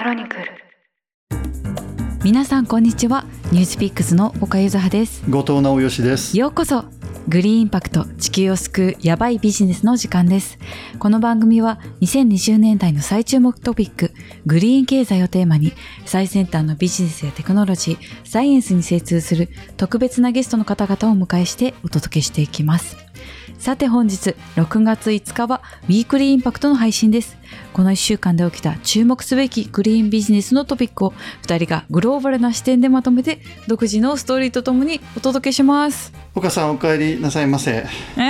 クロニクル。 皆さんこんにちは。ニュースピックスの岡由葉です。 後藤直義です。 ようこそ。グリーンインパクト、地球を救うヤバいビジネスの時間です。この番組は2020年代の最注目トピック、グリーン経済をテーマに最先端のビジネスやテクノロジー、サイエンスに精通する特別なゲストの方々をお迎えしてお届けしていきます。さて本日6月5日はウィークリーインパクトの配信です。この1週間で起きた注目すべきグリーンビジネスのトピックを2人がグローバルな視点でまとめて独自のストーリーとともにお届けします。 岡さんお帰りなさいませ。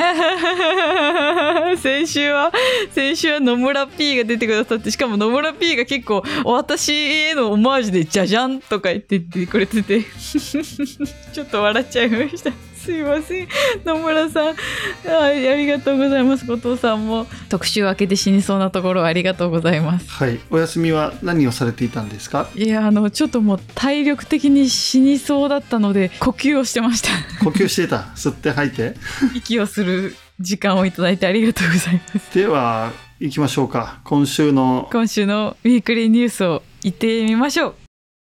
先週は野村 P が出てくださって、しかも野村 P が結構私へのオマージュでじゃじゃんとか言ってくれててちょっと笑っちゃいました。すいません野村さん、ありがとうございます。後藤さんも特集明けで死にそうなところありがとうございます。 はい、お休みは何をされていたんですか？ いやちょっともう体力的に死にそうだったので呼吸をしてました呼吸してた吸って吐いて息をする時間をいただいてありがとうございます。 では行きましょうか。今週のウィークリーニュースを言ってみましょう。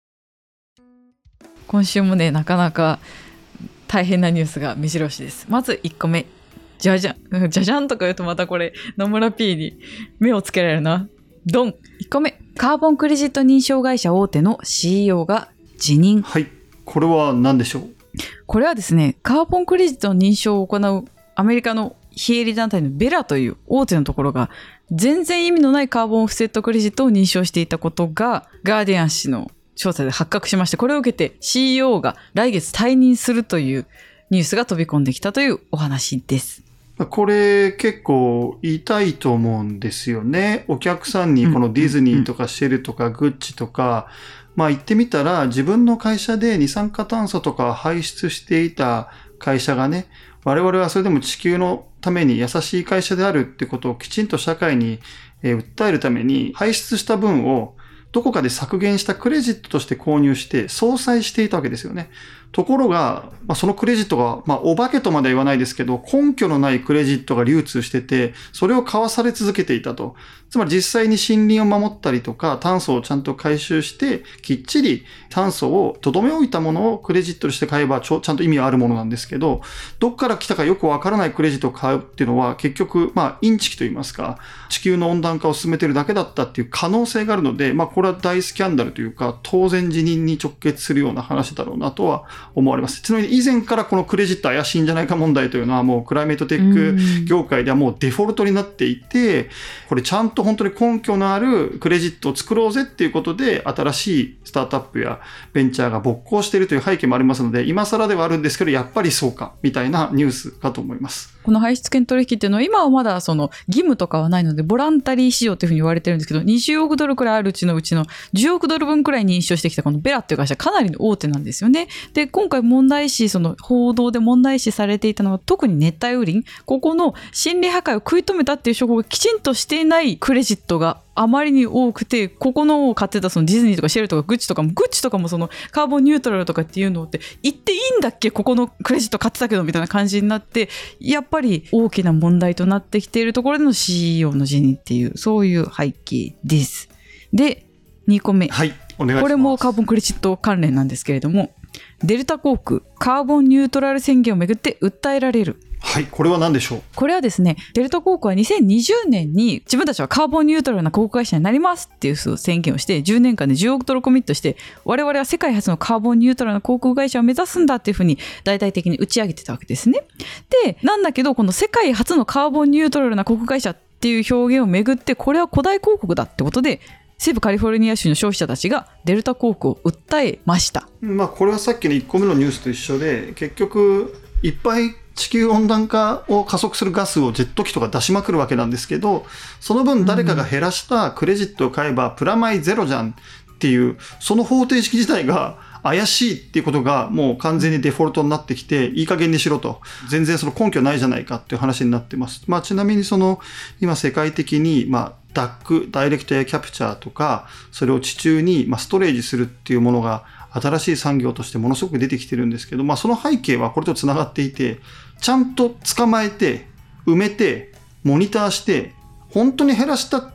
今週もねなかなか大変なニュースが目白押しです。まず1個目、じゃじゃんとか言うとまたこれ野村 P に目をつけられるな。ドン。1個目、カーボンクレジット認証会社大手の CEO が辞任。 はい、これは何でしょう？ これはですね、カーボンクレジットの認証を行うアメリカの非営利団体のベラという大手のところが全然意味のないカーボンオフセットクレジットを認証していたことがガーディアン紙の調査で発覚しまして、これを受けて CEO が来月退任するというニュースが飛び込んできたというお話です。 これ結構言いたいと思うんですよね。お客さんにこのディズニーとかシェルとかグッチとか、まあ言ってみたら自分の会社で二酸化炭素とか排出していた会社がね、我々はそれでも地球のために優しい会社であるってことをきちんと社会に訴えるために排出した分をどこかで削減したクレジットとして購入して相殺していたわけですよね。ところが、そのクレジットが、お化けとまでは言わないですけど、根拠のないクレジットが流通してて、それを買わされ続けていたと。つまり実際に森林を守ったりとか、炭素をちゃんと回収して、きっちり炭素を留め置いたものをクレジットとして買えばちゃんと意味があるものなんですけど、どっから来たかよくわからないクレジットを買うっていうのは、結局、インチキと言いますか、地球の温暖化を進めてるだけだったっていう可能性があるので、これは大スキャンダルというか、当然辞任に直結するような話だろうなとは思われます。ちなみに以前からこのクレジット怪しいんじゃないか問題というのはもうクライメートテック業界ではもうデフォルトになっていて、これちゃんと本当に根拠のあるクレジットを作ろうぜっていうことで新しいスタートアップやベンチャーが勃興しているという背景もありますので、今更ではあるんですけどやっぱりそうかみたいなニュースかと思います。 この排出権取引っていうのは今はまだその義務とかはないのでボランタリー市場というふうに言われてるんですけど、20億ドルくらいあるうちの10億ドル分くらい認証してきたこのベラっていう会社かなりの大手なんですよね。で今回その報道で問題視されていたのは特に熱帯雨林、ここの森林破壊を食い止めたっていう証拠がきちんとしていないクレジットがあまりに多くて、ここのを買ってたそのディズニーとかシェルとかグッチとかもそのカーボンニュートラルとかっていうのって言っていいんだっけ、ここのクレジット買ってたけどみたいな感じになって、やっぱり大きな問題となってきているところでの CEO の辞任っていう、そういう背景です。で2個目、 はい、お願いします。 これもカーボンクレジット関連なんですけれども、デルタ航空カーボンニュートラル宣言をめぐって訴えられる。 はい、これは何でしょう？ これはですね、デルタ航空は2020年に自分たちはカーボンニュートラルな航空会社になりますっていう宣言をして、10年間で10億ドルコミットして、我々は世界初のカーボンニュートラルな航空会社を目指すんだっていうふうに大々的に打ち上げてたわけですね。でなんだけど、この世界初のカーボンニュートラルな航空会社っていう表現をめぐって、これは古代広告だってことで西部カリフォルニア州の消費者たちがデルタ航空を訴えました。 これはさっきの1個目のニュースと一緒で、結局いっぱい地球温暖化を加速するガスをジェット機とか出しまくるわけなんですけど、その分誰かが減らしたクレジットを買えばプラマイゼロじゃんっていう、その方程式自体が怪しいっていうことがもう完全にデフォルトになってきて、いい加減にしろと、全然その根拠ないじゃないかっていう話になってます。ちなみに今世界的にDAC、ダイレクトエアキャプチャーとか、それを地中にストレージするっていうものが新しい産業としてものすごく出てきてるんですけど、その背景はこれとつながっていて、ちゃんと捕まえて埋めてモニターして、本当に減らしたって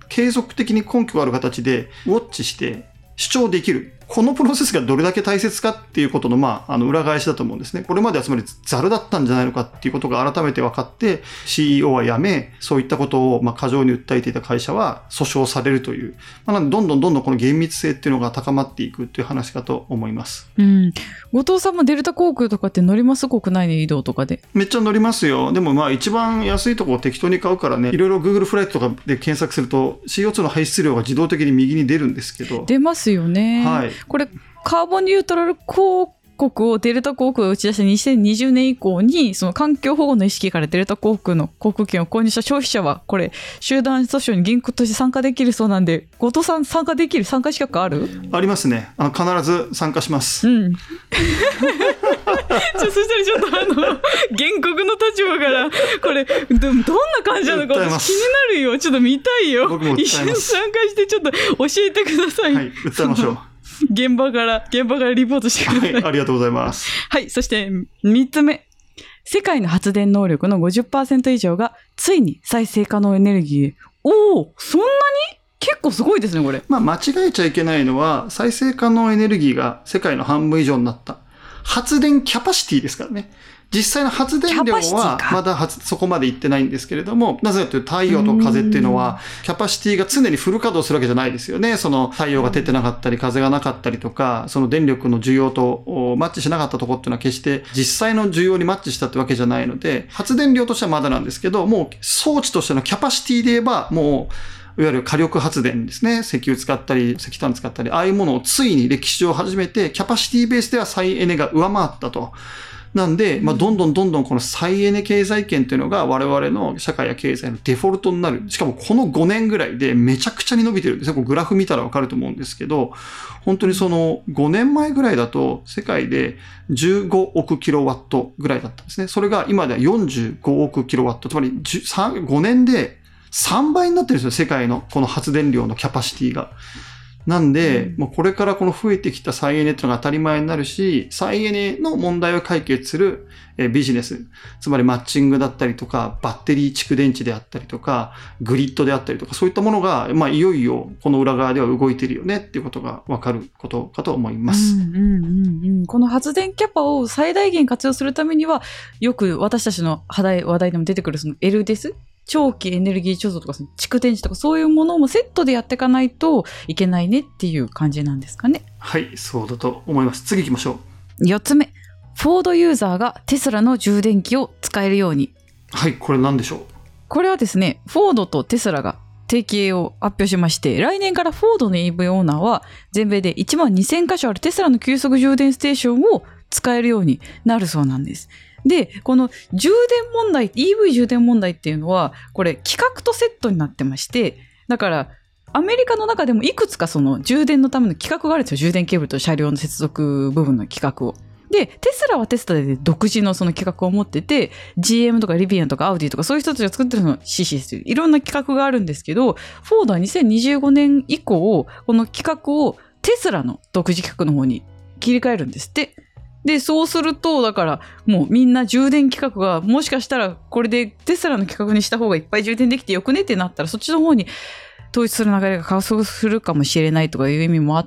継続的に根拠がある形でウォッチして主張できる。このプロセスがどれだけ大切かっていうことの、裏返しだと思うんですね。これまではつまりザルだったんじゃないのかっていうことが改めて分かって、CEO は辞め、そういったことを過剰に訴えていた会社は訴訟されるという。なので、どんどんこの厳密性っていうのが高まっていくという話かと思います。 後藤さんもデルタ航空とかって乗ります？国内の移動とかで。 めっちゃ乗りますよ。でも一番安いところを適当に買うからね、いろいろ Google フライトとかで検索すると CO2 の排出量が自動的に右に出るんですけど。 出ますよね。 はい。 これカーボンニュートラル広告をデルタ航空が打ち出した2020年以降に、その環境保護の意識からデルタ航空の航空券を購入した消費者は、これ集団訴訟に銀行として参加できるそうなんで、後藤さん参加資格ある？ ありますね。必ず参加します。 そしたらちょっと原告の立場からこれどんな感じなのか私気になるよ。ちょっと見たいよ。 僕も訴えます。 一緒に参加してちょっと教えてください。 はい、訴えましょう。 現場からリポートしてください。 はい、ありがとうございます。 はい、そして3つ目。世界の発電能力の 50% 以上がついに再生可能エネルギーへ。おお、そんなに？結構すごいですね、これ。 間違えちゃいけないのは、再生可能エネルギーが世界の半分以上になった。発電キャパシティですからね。実際の発電量はまだそこまでいってないんですけれども、なぜかというと太陽と風っていうのはキャパシティが常にフル稼働するわけじゃないですよね。その太陽が出てなかったり風がなかったりとか、その電力の需要とマッチしなかったところっていうのは決して実際の需要にマッチしたってわけじゃないので、発電量としてはまだなんですけど、もう装置としてのキャパシティで言えばもういわゆる火力発電ですね。石油使ったり、石炭使ったり、ああいうものをついに歴史上初めて、キャパシティベースでは再エネが上回ったと。なんで、どんどんこの再エネ経済圏というのが我々の社会や経済のデフォルトになる。しかもこの5年ぐらいでめちゃくちゃに伸びてるんですね。こうグラフ見たらわかると思うんですけど、本当にその5年前ぐらいだと世界で15億キロワットぐらいだったんですね。それが今では45億キロワット。つまり5年で3倍になってるんですよ。世界のこの発電量のキャパシティが。なんで、もうこれからこの増えてきた再エネっていうのが当たり前になるし、再エネの問題を解決するビジネス、つまりマッチングだったりとか、バッテリー蓄電池であったりとか、グリッドであったりとか、そういったものが、いよいよこの裏側では動いてるよねっていうことがわかることかと思います。 この発電キャパを最大限活用するためには、よく私たちの話題でも出てくるその LDES？長期エネルギー貯蔵とか蓄電池とかそういうものもセットでやっていかないといけないねっていう感じなんですかね。 はい、そうだと思います。次行きましょう。 4つ目、フォードユーザーがテスラの充電器を使えるように。 はい、これ何でしょう？ これはですね、フォードとテスラが提携を発表しまして、来年からフォードの EV オーナーは全米で12,000カ所あるテスラの急速充電ステーションを使えるようになるそうなんです。で、この充電問題、EV 充電問題っていうのは、これ規格とセットになってまして、だからアメリカの中でもいくつかその充電のための規格があるんですよ。充電ケーブルと車両の接続部分の規格を。で、テスラはテスラで独自のその規格を持ってて、GM とかリビアンとかアウディとかそういう人たちが作ってるのをCCする。いろんな規格があるんですけど、フォードは2025年以降、この規格をテスラの独自規格の方に切り替えるんですって。で、そうすると、だから、もうみんな充電規格が、もしかしたら、これでテスラの規格にした方がいっぱい充電できてよくねってなったら、そっちの方に統一する流れが加速するかもしれないとかいう意味もあって、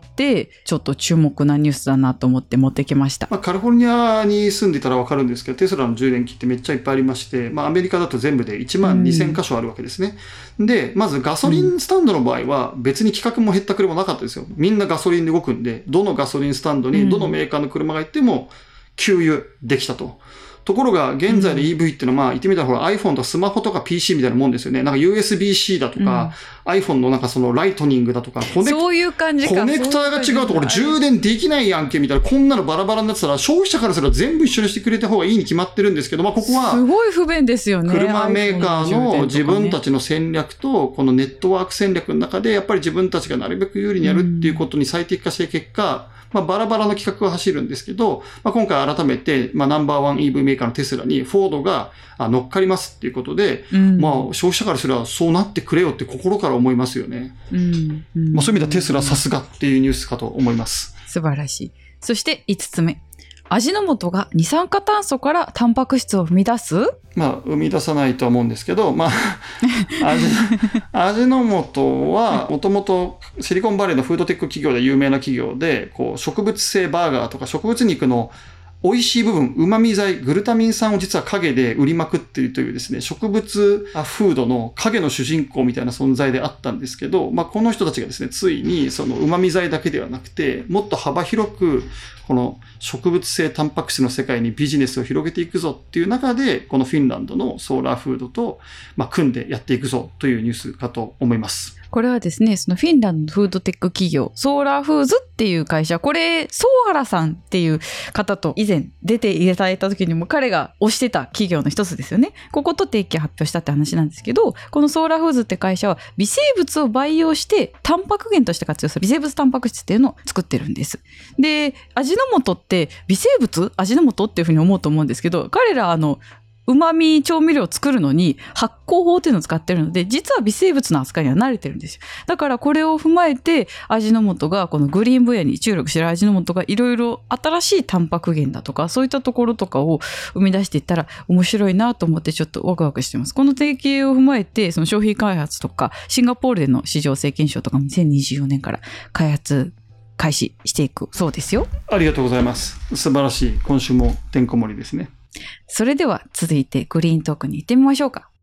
ちょっと注目なニュースだなと思って持ってきました。 カリフォルニアに住んでたらわかるんですけど、テスラの充電器ってめっちゃいっぱいありまして、アメリカだと全部で12,000箇所あるわけですね。で、まずガソリンスタンドの場合は別に規格も減った車なかったですよ。みんなガソリンで動くんで、どのガソリンスタンドにどのメーカーの車が行っても給油できたと。ところが、現在の EV っていうのは、言ってみたらほら iPhone とスマホとか PC みたいなもんですよね。なんか USB-C だとか、iPhone のなんかそのライトニングだとか、 そういう感じか。 コネクターが違うとこれ充電できないやんけみたいな、こんなのバラバラになってたら、消費者からすれば全部一緒にしてくれた方がいいに決まってるんですけど、ここは、 すごい不便ですよね。 車メーカーの自分たちの戦略と、このネットワーク戦略の中で、やっぱり自分たちがなるべく有利にやるっていうことに最適化して結果、バラバラの規格が走るんですけど、今回改めて、ナンバーワン EV メーカーのテスラにフォードが乗っかりますっていうことで、消費者からすればそうなってくれよって心から思いますよね。そういう意味ではテスラさすがっていうニュースかと思います。 素晴らしい。そして5つ目。 味の素が二酸化炭素からタンパク質を生み出す？ 生み出さないとは思うんですけど、味の素はもともとシリコンバレーのフードテック企業で有名な企業で、こう植物性バーガーとか植物肉の美味しい部分、旨味剤、グルタミン酸を実は陰で売りまくっているというですね、植物フードの影の主人公みたいな存在であったんですけど、この人たちがですね、ついにその旨味剤だけではなくて、もっと幅広くこの植物性タンパク質の世界にビジネスを広げていくぞっていう中で、このフィンランドのソーラーフードと組んでやっていくぞというニュースかと思います。 これはですね、そのフィンランドのフードテック企業、ソーラーフーズっていう会社、これ、ソーハラさんっていう方と以前出ていただいた時にも彼が推してた企業の一つですよね。ここと提携発表したって話なんですけど、このソーラーフーズって会社は微生物を培養してタンパク源として活用する微生物タンパク質っていうのを作ってるんです。で、味の素って微生物？味の素っていうふうに思うと思うんですけど、彼ら旨味調味料を作るのに発酵法っていうのを使ってるので、実は微生物の扱いには慣れてるんですよ。だからこれを踏まえて味の素がこのグリーン分野に注力してる味の素がいろいろ新しいタンパク源だとかそういったところとかを生み出していったら面白いなと思ってちょっとワクワクしてます。この提携を踏まえてその商品開発とかシンガポールでの市場政権賞とかも2024年から開発開始していくそうですよ。 ありがとうございます。素晴らしい。今週もてんこ盛りですね。 それでは続いてグリーントークに行ってみましょうか。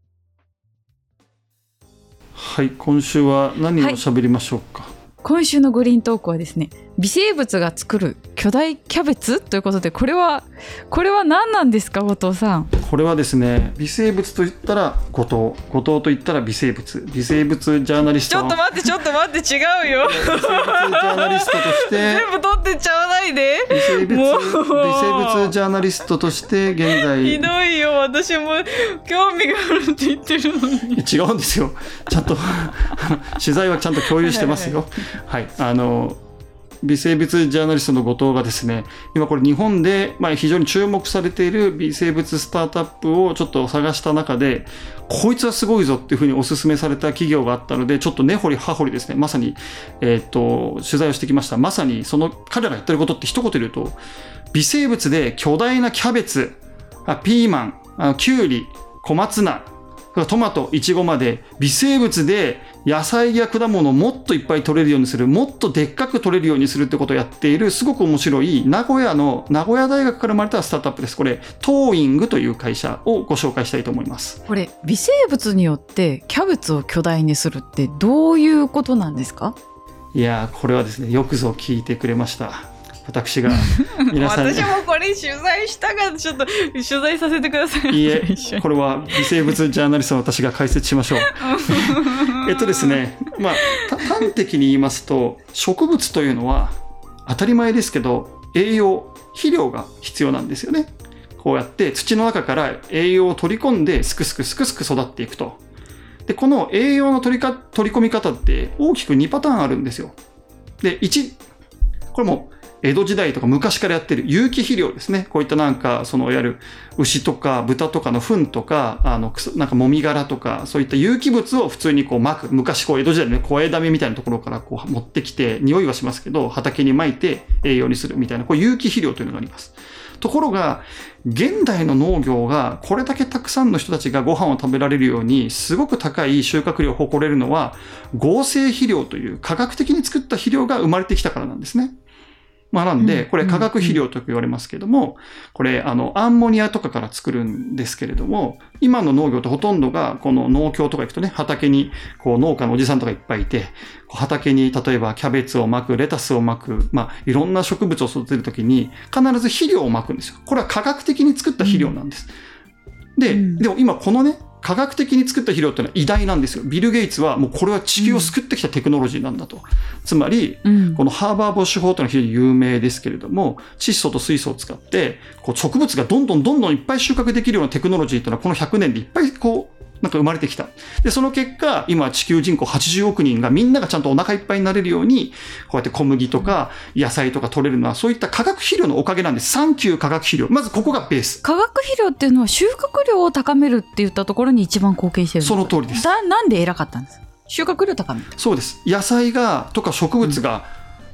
はい、今週は何を喋りましょうか。 今週のグリーントークはですね、微生物が作る巨大キャベツということで、これは何なんですか、後藤さん。 これはですね、微生物といったら後藤といったら微生物ジャーナリスト。 ちょっと待って違うよ。 微生物ジャーナリストとして全部取ってっちゃわないで。 微生物ジャーナリストとして現在。 ひどいよ、私も興味があるって言ってるのに。 違うんですよ、ちゃんと取材はちゃんと共有してますよ。はい、微生物ジャーナリストの後藤がですね、今これ日本で非常に注目されている微生物スタートアップをちょっと探した中で、こいつはすごいぞっていうふうにお勧めされた企業があったので、ちょっと根掘り葉掘りですね、まさに、取材をしてきました。まさにその彼らが言ってることって一言で言うと、微生物で巨大なキャベツ、ピーマン、キュウリ、小松菜、トマト、イチゴまで微生物で野菜や果物をもっといっぱい取れるようにする、もっとでっかく取れるようにするってことをやっている、すごく面白い名古屋大学から生まれたスタートアップです。これトーイングという会社をご紹介したいと思います。 これ微生物によってキャベツを巨大にするってどういうことなんですか？ いやこれはですね、よくぞ聞いてくれました。私が皆さん私もこれ取材したがちょっと取材させてください。 いいえ、これは微生物ジャーナリストの私が解説しましょう。ですね、端的に言いますと、植物というのは当たり前ですけど栄養、肥料が必要なんですよね。こうやって土の中から栄養を取り込んですくすく育っていくと。でこの栄養の取り込み方って大きく2パターンあるんですよ。で1、これも江戸時代とか昔からやってる有機肥料ですね。こういったいわゆる牛とか豚とかの糞とか、もみ殻とか、そういった有機物を普通にまく。昔江戸時代の小枝目みたいなところから持ってきて、匂いはしますけど、畑に撒いて栄養にするみたいな、有機肥料というのがあります。ところが、現代の農業がこれだけたくさんの人たちがご飯を食べられるように、すごく高い収穫量を誇れるのは、合成肥料という科学的に作った肥料が生まれてきたからなんですね。なんで、これ化学肥料と言われますけども、これ、アンモニアとかから作るんですけれども、今の農業ってほとんどが、この農協とか行くとね、畑に、農家のおじさんとかいっぱいいて、畑に、例えばキャベツをまく、レタスをまく、いろんな植物を育てるときに、必ず肥料をまくんですよ。これは科学的に作った肥料なんです。でも今このね、科学的に作った肥料ってのは偉大なんですよ。ビル・ゲイツはもうこれは地球を救ってきたテクノロジーなんだと。つまり、このハーバー・ボッシュ法というのは非常に有名ですけれども、窒素と水素を使って、植物がどんどんいっぱい収穫できるようなテクノロジーというのはこの100年でいっぱい生まれてきた。で、その結果、今地球人口80億人がみんながちゃんとお腹いっぱいになれるように、こうやって小麦とか野菜とか取れるのは、そういった化学肥料のおかげなんです。サンキュー化学肥料。まずここがベース。 化学肥料っていうのは収穫量を高めるって言ったところに一番貢献してるんですか？ その通りです。 なんで偉かったんですか？収穫量高める。 そうです。野菜とか植物が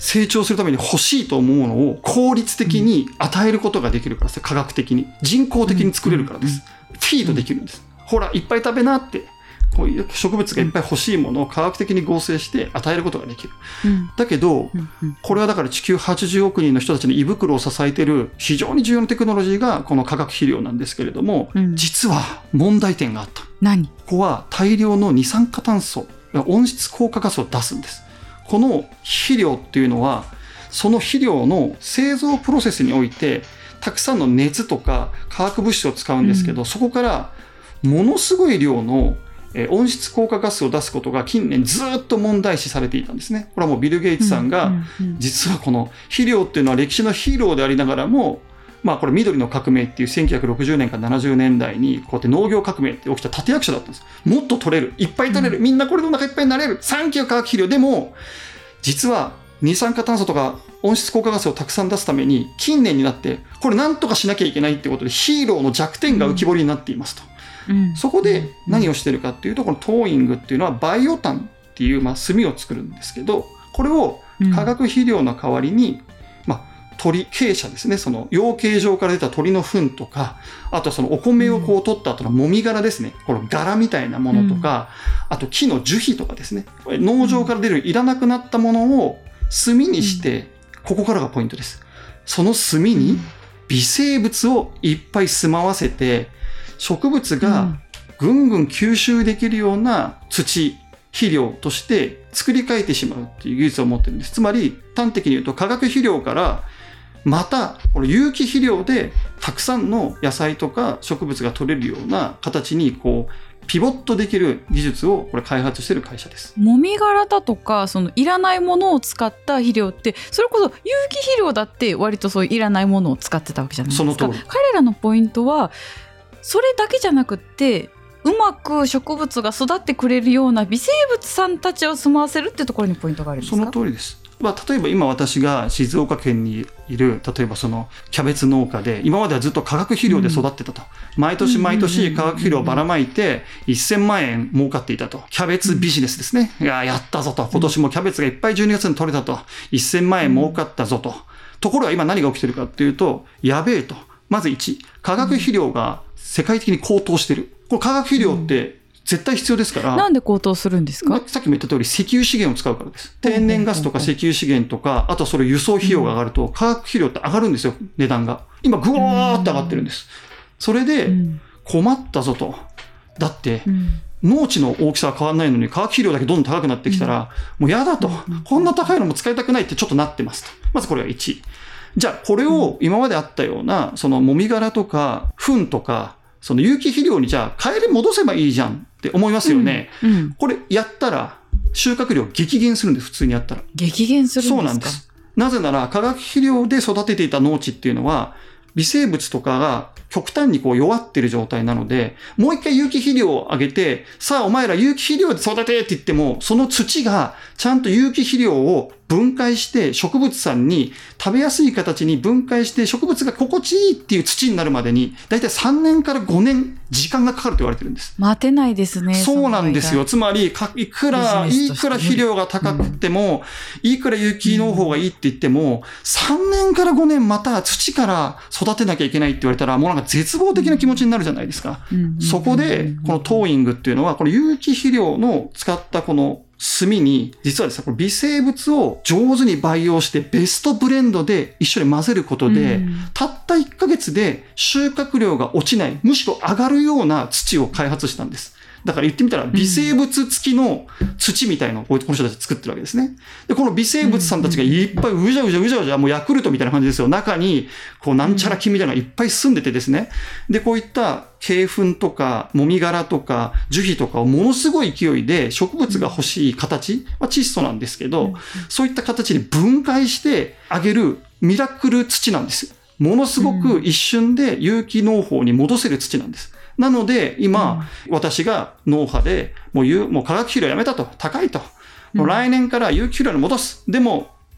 成長するために欲しいと思うものを効率的に与えることができるからです。科学的に人工的に作れるからです。フィードできるんです。ほらいっぱい食べなって、こういう植物がいっぱい欲しいものを科学的に合成して与えることができる。だけどこれはだから地球80億人の人たちの胃袋を支えている非常に重要なテクノロジーがこの化学肥料なんですけれども、実は問題点があった。 何？ ここは大量の二酸化炭素、温室効果ガスを出すんです。この肥料っていうのはその肥料の製造プロセスにおいてたくさんの熱とか化学物質を使うんですけど、そこからものすごい量の温室効果ガスを出すことが近年ずっと問題視されていたんですね。これはもうビル・ゲイツさんが実はこの肥料っていうのは歴史のヒーローでありながらも、これ緑の革命っていう1960年から70年代にこうやって農業革命って起きた立役者だったんです。もっと取れる、いっぱい取れる、みんなこれのお腹いっぱいになれる、サンキュー化学肥料。でも実は二酸化炭素とか温室効果ガスをたくさん出すために近年になってこれなんとかしなきゃいけないってことでヒーローの弱点が浮き彫りになっていますと。そこで何をしてるかっていうと、このトーイングっていうのはバイオ炭っていう炭を作るんですけど、これを化学肥料の代わりに鶏鶏舎ですね、その養鶏場から出た鶏の糞とか、あとはそのお米をこう取った後のもみ殻ですね、この殻みたいなものとか、あと木の樹皮とかですね、これ農場から出るいらなくなったものを炭にして、ここからがポイントです。その炭に微生物をいっぱい住まわせて、植物がぐんぐん吸収できるような土、肥料として作り変えてしまうっていう技術を持ってるんです。つまり端的に言うと化学肥料からまたこの有機肥料でたくさんの野菜とか植物が取れるような形にこうピボットできる技術をこれ開発している会社です。 もみ殻だとかそのいらないものを使った肥料ってそれこそ有機肥料だって割とそういういらないものを使ってたわけじゃないですか。 その通り。 彼らのポイントはそれだけじゃなくってうまく植物が育ってくれるような微生物さんたちを住まわせるっていうところにポイントがあるんですか？ その通りです。例えば今私が静岡県にいる例えばそのキャベツ農家で今まではずっと化学肥料で育ってたと、毎年毎年化学肥料をばらまいて1000万円儲かっていたと。キャベツビジネスですね。やったぞと、今年もキャベツがいっぱい12月に取れたと、1000万円儲かったぞと。ところが今何が起きてるかっていうと、やべえと。まず1、化学肥料が世界的に高騰してる。これ化学肥料って絶対必要ですから。 なんで高騰するんですか？ さっきも言った通り石油資源を使うからです。天然ガスとか石油資源とか、あとそれ輸送費用が上がると化学肥料って上がるんですよ、値段が。今ぐわーって上がってるんです。それで困ったぞと。だって農地の大きさは変わらないのに化学肥料だけどんどん高くなってきたらもうやだと。こんな高いのも使いたくないってちょっとなってますと。まずこれが1。じゃあこれを今まであったようなそのもみ殻とか糞とかその有機肥料にじゃあ帰り戻せばいいじゃんって思いますよね。これやったら収穫量激減するんです。普通にやったら激減するんですか？ そうなんです。なぜなら化学肥料で育てていた農地っていうのは微生物とかが極端にこう弱ってる状態なので、もう一回有機肥料をあげて、さあお前ら有機肥料で育てって言っても、その土がちゃんと有機肥料を分解して植物さんに食べやすい形に分解して植物が心地いいっていう土になるまでにだいたい3年から5年時間がかかると言われてるんです。 待てないですね。 そうなんですよ。つまりいくら肥料が高くても、いくら有機農法がいいって言っても、3年から5年また土から育てなきゃいけないって言われたらもうなんか絶望的な気持ちになるじゃないですか。そこでこのトーイングっていうのはこの有機肥料の使ったこの炭に実はですね、この微生物を上手に培養してベストブレンドで一緒に混ぜることで、たった1ヶ月で収穫量が落ちない、むしろ上がるような土を開発したんです。だから言ってみたら微生物付きの土みたいのをこの人たち作ってるわけですね。で、この微生物さんたちがいっぱいうじゃうじゃもうヤクルトみたいな感じですよ。中にこうなんちゃら菌みたいなのがいっぱい住んでてですね。で、こういった鶏糞とかもみ殻とか樹皮とかをものすごい勢いで植物が欲しい形、窒素なんですけど、そういった形に分解してあげるミラクル土なんです。ものすごく一瞬で有機農法に戻せる土なんです。なので今、私が農家でもう化学肥料やめたと、高いと、もう来年から有機肥料に戻す。でも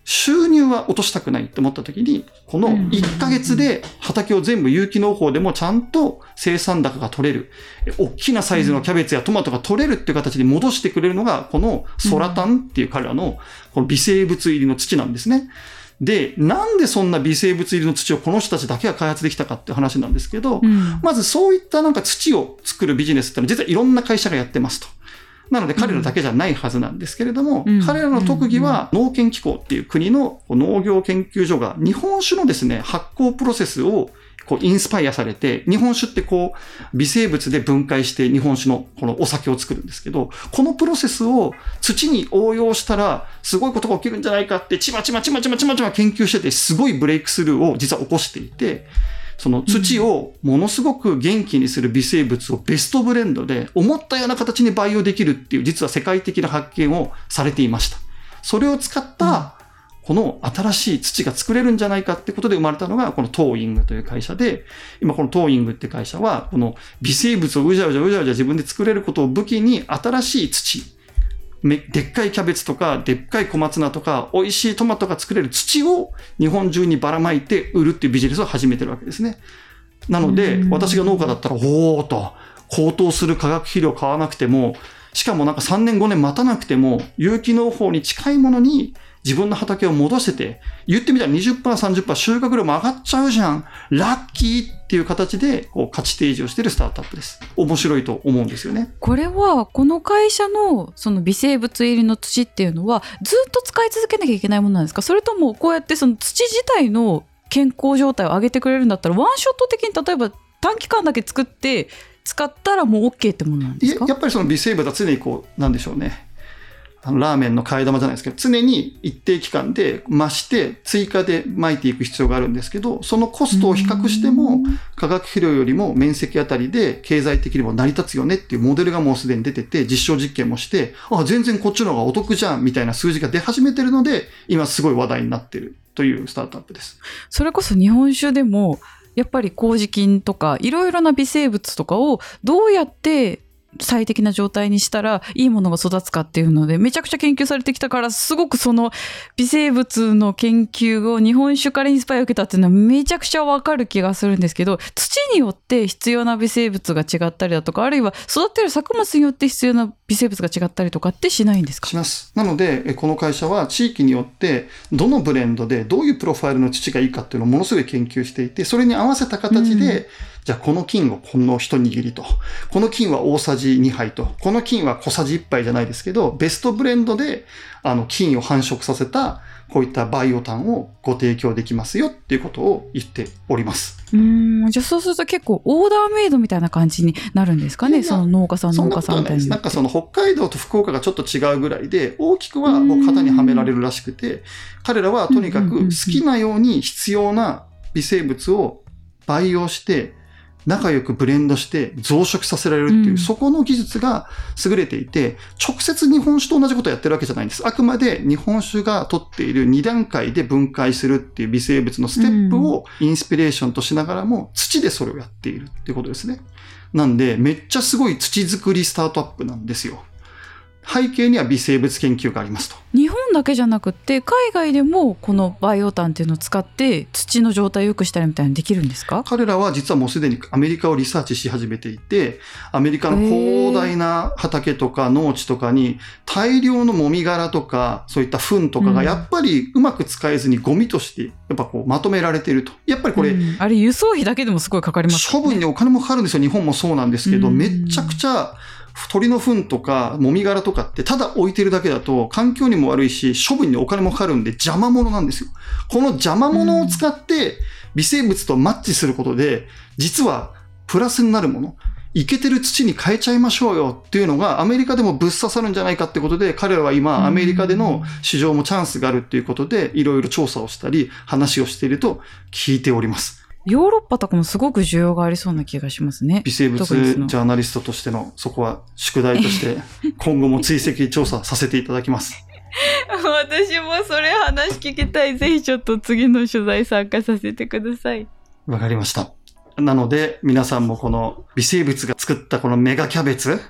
収入は落としたくないって思った時に、この1ヶ月で畑を全部有機農法でもちゃんと生産高が取れる。大きなサイズのキャベツやトマトが取れるっていう形に戻してくれるのが、このソラタンっていう彼らのこの微生物入りの土なんですね。で、なんでそんな微生物入りの土をこの人たちだけが開発できたかっていう話なんですけど、まずそういったなんか土を作るビジネスってのは実はいろんな会社がやってますと。なので彼らだけじゃないはずなんですけれども、彼らの特技は農研機構っていう国の農業研究所が日本酒のですね、発酵プロセスをこうインスパイアされて、日本酒ってこう微生物で分解して日本酒のこのお酒を作るんですけど、このプロセスを土に応用したらすごいことが起きるんじゃないかってちまちま研究してて、すごいブレイクスルーを実は起こしていて、その土をものすごく元気にする微生物をベストブレンドで思ったような形に培養できるっていう実は世界的な発見をされていました。それを使ったこの新しい土が作れるんじゃないかってことで生まれたのがこのトーイングという会社で、今このトーイングって会社はこの微生物をうじゃうじゃ自分で作れることを武器に新しい土、でっかいキャベツとかでっかい小松菜とか美味しいトマトが作れる土を日本中にばらまいて売るっていうビジネスを始めてるわけですね。なので私が農家だったらおーと高騰する化学肥料買わなくても、しかもなんか3年5年待たなくても有機農法に近いものに自分の畑を戻せて、言ってみたら 20%、30% 収穫量も上がっちゃうじゃん。ラッキーっていう形でこう価値提示をしているスタートアップです。面白いと思うんですよね。 これはこの会社のその微生物入りの土っていうのはずっと使い続けなきゃいけないものなんですか？それともこうやってその土自体の健康状態を上げてくれるんだったらワンショット的に例えば短期間だけ作って使ったらもう OK ってものなんですか？ やっぱりその微生物は常にこうなんでしょうね。ラーメンの替え玉じゃないですけど、常に一定期間で増して追加で撒いていく必要があるんですけど、そのコストを比較しても化学肥料よりも面積あたりで経済的にも成り立つよねっていうモデルがもうすでに出てて、実証実験もして、全然こっちの方がお得じゃんみたいな数字が出始めてるので、今すごい話題になってるというスタートアップです。 それこそ日本酒でもやっぱり麹菌とかいろいろな微生物とかをどうやって最適な状態にしたらいいものが育つかっていうのでめちゃくちゃ研究されてきたから、すごくその微生物の研究を日本酒からインスパイアを受けたっていうのはめちゃくちゃわかる気がするんですけど、土によって必要な微生物が違ったりだとか、あるいは育てる作物によって必要な微生物が違ったりとかってしないんですか？ します。なのでこの会社は地域によってどのブレンドでどういうプロファイルの土がいいかっていうのをものすごい研究していて、それに合わせた形で、じゃあこの菌をこの一握りと、この菌は大さじ2杯と、この菌は小さじ1杯じゃないですけど、ベストブレンドで菌を繁殖させたこういったバイオタンをご提供できますよっていうことを言っております。 じゃあそうすると結構オーダーメイドみたいな感じになるんですかね？その農家さんみたいに。 なんかその北海道と福岡がちょっと違うぐらいで、大きくはもう型にはめられるらしくて、彼らはとにかく好きなように必要な微生物を培養して仲良くブレンドして増殖させられるっていう、そこの技術が優れていて、直接日本酒と同じことをやってるわけじゃないんです。あくまで日本酒が取っている2段階で分解するっていう微生物のステップをインスピレーションとしながらも土でそれをやっているっていうことですね。なんでめっちゃすごい土作りスタートアップなんですよ。背景には微生物研究がありますと。 日本だけじゃなくって海外でもこのバイオタンっていうのを使って土の状態を良くしたりみたいなのできるんですか？ 彼らは実はもうすでにアメリカをリサーチし始めていて、アメリカの広大な畑とか農地とかに大量のもみ殻とかそういった糞とかがやっぱりうまく使えずにゴミとしてやっぱこうまとめられていると。やっぱりこれ、 あれ輸送費だけでもすごいかかりますよね。処分にお金もかかるんですよ。日本もそうなんですけど、めちゃくちゃ鳥の糞とかもみ殻とかってただ置いてるだけだと環境にも悪いし処分にお金もかかるんで邪魔者なんですよ。この邪魔者を使って微生物とマッチすることで実はプラスになるもの、イケてる土に変えちゃいましょうよっていうのがアメリカでもぶっ刺さるんじゃないかってことで、彼らは今アメリカでの市場もチャンスがあるっていうことでいろいろ調査をしたり話をしていると聞いております。 ヨーロッパとかもすごく需要がありそうな気がしますね。 微生物ジャーナリストとしてのそこは宿題として今後も追跡調査させていただきます。 私もそれ話聞きたい。ぜひちょっと次の取材参加させてください。 わかりました。なので皆さんもこの微生物が作ったこのメガキャベツ、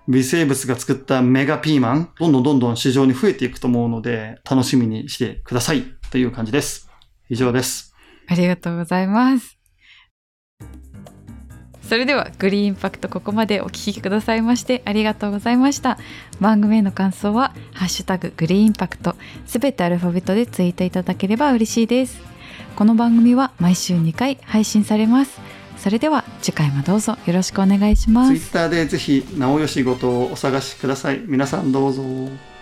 微生物が作ったメガピーマン、どんどん市場に増えていくと思うので、楽しみにしてくださいという感じです。以上です。 ありがとうございます。それではグリーンインパクト、ここまでお聞きくださいましてありがとうございました。番組への感想はハッシュタググリーンインパクト、すべてアルファベットでツイートいただければ嬉しいです。この番組は毎週2回配信されます。それでは次回もどうぞよろしくお願いします。 ツイッターでぜひなおよしごとをお探しください。皆さんどうぞ。